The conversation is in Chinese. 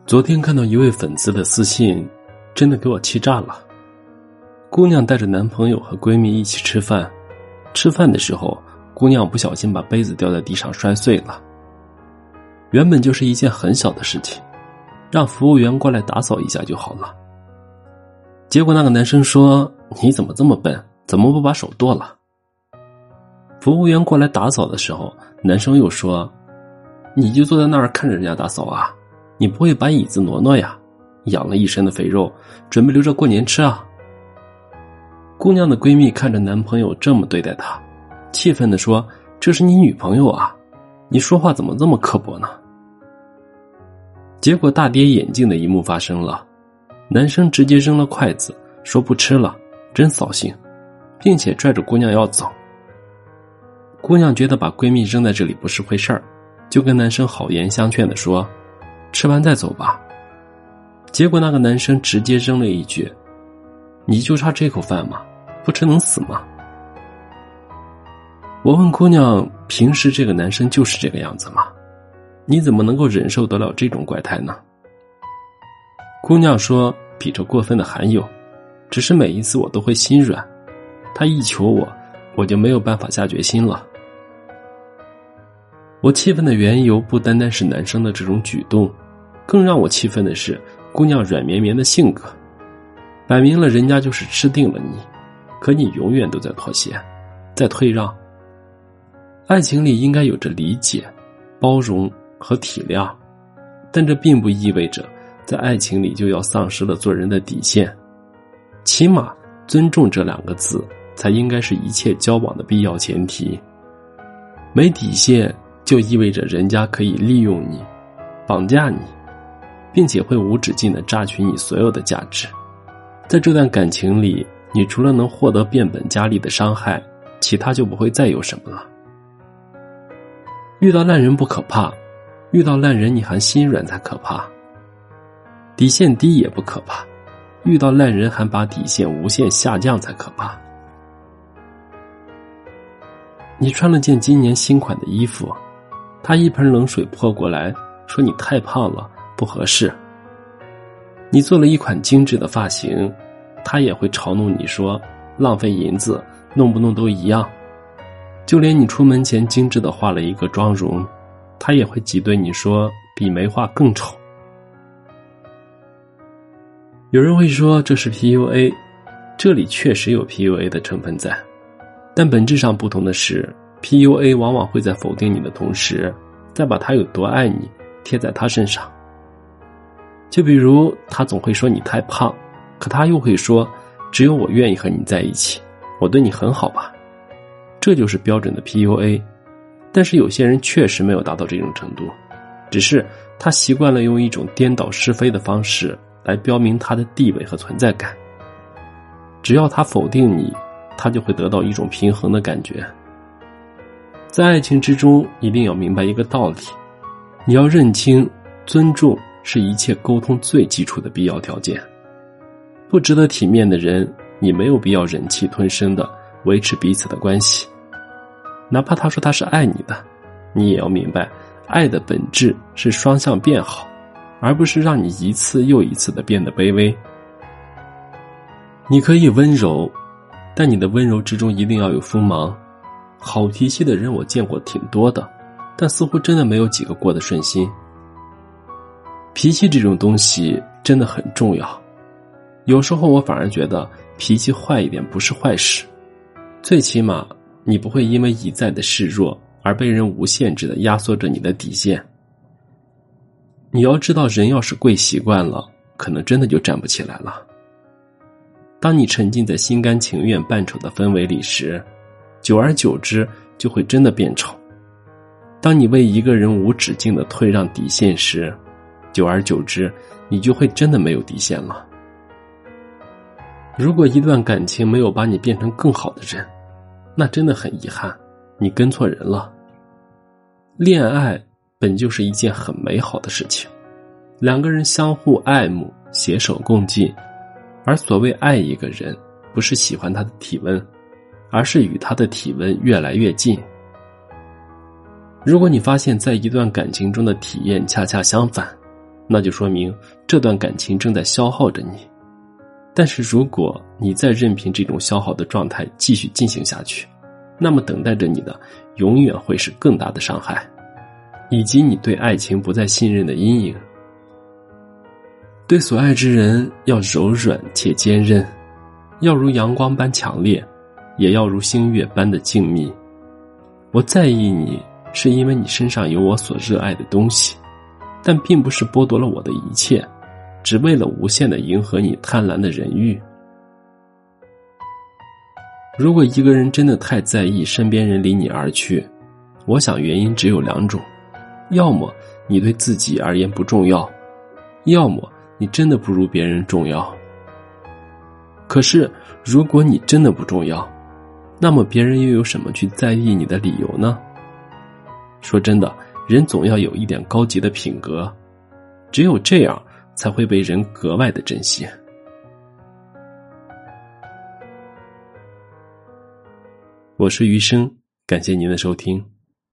昨天看到一位粉丝的私信，真的给我气炸了。姑娘带着男朋友和闺蜜一起吃饭，吃饭的时候，姑娘不小心把杯子掉在地上摔碎了。原本就是一件很小的事情，让服务员过来打扫一下就好了。结果那个男生说：“你怎么这么笨，怎么不把手剁了？”服务员过来打扫的时候，男生又说：“你就坐在那儿看着人家打扫啊，你不会把椅子挪挪呀？养了一身的肥肉，准备留着过年吃啊？”姑娘的闺蜜看着男朋友这么对待她，气愤地说：“这是你女朋友啊，你说话怎么这么刻薄呢？”结果大跌眼镜的一幕发生了，男生直接扔了筷子，说不吃了，真扫兴，并且拽着姑娘要走。姑娘觉得把闺蜜扔在这里不是回事儿，就跟男生好言相劝地说：“吃完再走吧。”结果那个男生直接扔了一句：“你就差这口饭吗？不吃能死吗？”我问姑娘，平时这个男生就是这个样子吗？你怎么能够忍受得了这种怪态呢？姑娘说，比这过分的还有，只是每一次我都会心软，他一求我，我就没有办法下决心了。我气愤的缘由不单单是男生的这种举动，更让我气愤的是姑娘软绵绵的性格，摆明了人家就是吃定了你，可你永远都在妥协，在退让。爱情里应该有着理解、包容和体谅，但这并不意味着在爱情里就要丧失了做人的底线，起码尊重这两个字才应该是一切交往的必要前提。没底线就意味着人家可以利用你、绑架你，并且会无止境地榨取你所有的价值。在这段感情里，你除了能获得变本加厉的伤害，其他就不会再有什么了。遇到烂人不可怕，遇到烂人你还心软才可怕。底线低也不可怕，遇到烂人还把底线无限下降才可怕。你穿了件今年新款的衣服，他一盆冷水泼过来，说你太胖了，不合适。你做了一款精致的发型，他也会嘲弄你说浪费银子，弄不弄都一样。就连你出门前精致的化了一个妆容，他也会挤兑你说比没化更丑。有人会说这是 PUA， 这里确实有 PUA 的成分在，但本质上不同的是， PUA 往往会在否定你的同时，再把他有多爱你贴在他身上。就比如他总会说你太胖，可他又会说只有我愿意和你在一起，我对你很好吧。这就是标准的 PUA， 但是有些人确实没有达到这种程度，只是他习惯了用一种颠倒是非的方式来标明他的地位和存在感。只要他否定你，他就会得到一种平衡的感觉。在爱情之中，一定要明白一个道理，你要认清尊重是一切沟通最基础的必要条件。不值得体面的人，你没有必要忍气吞声的维持彼此的关系。哪怕他说他是爱你的，你也要明白，爱的本质是双向变好，而不是让你一次又一次的变得卑微。你可以温柔，但你的温柔之中一定要有锋芒。好脾气的人我见过挺多的，但似乎真的没有几个过得顺心。脾气这种东西真的很重要，有时候我反而觉得脾气坏一点不是坏事，最起码你不会因为一再的示弱而被人无限制的压缩着你的底线。你要知道，人要是跪习惯了，可能真的就站不起来了。当你沉浸在心甘情愿扮丑的氛围里时，久而久之就会真的变丑。当你为一个人无止境的退让底线时，久而久之你就会真的没有底线了。如果一段感情没有把你变成更好的人，那真的很遗憾，你跟错人了。恋爱本就是一件很美好的事情，两个人相互爱慕，携手共进。而所谓爱一个人，不是喜欢他的体温，而是与他的体温越来越近。如果你发现在一段感情中的体验恰恰相反， 那就说明这段感情正在消耗着你。但是如果你再任凭这种消耗的状态继续进行下去，那么等待着你的永远会是更大的伤害，以及你对爱情不再信任的阴影。对所爱之人要柔软且坚韧，要如阳光般强烈，也要如星月般的静谧。我在意你，是因为你身上有我所热爱的东西，但并不是剥夺了我的一切，只为了无限地迎合你贪婪的人欲。如果一个人真的太在意身边人离你而去，我想原因只有两种，要么你对自己而言不重要，要么你真的不如别人重要。可是如果你真的不重要，那么别人又有什么去在意你的理由呢？说真的，人总要有一点高级的品格，只有这样才会被人格外的珍惜。我是余生，感谢您的收听。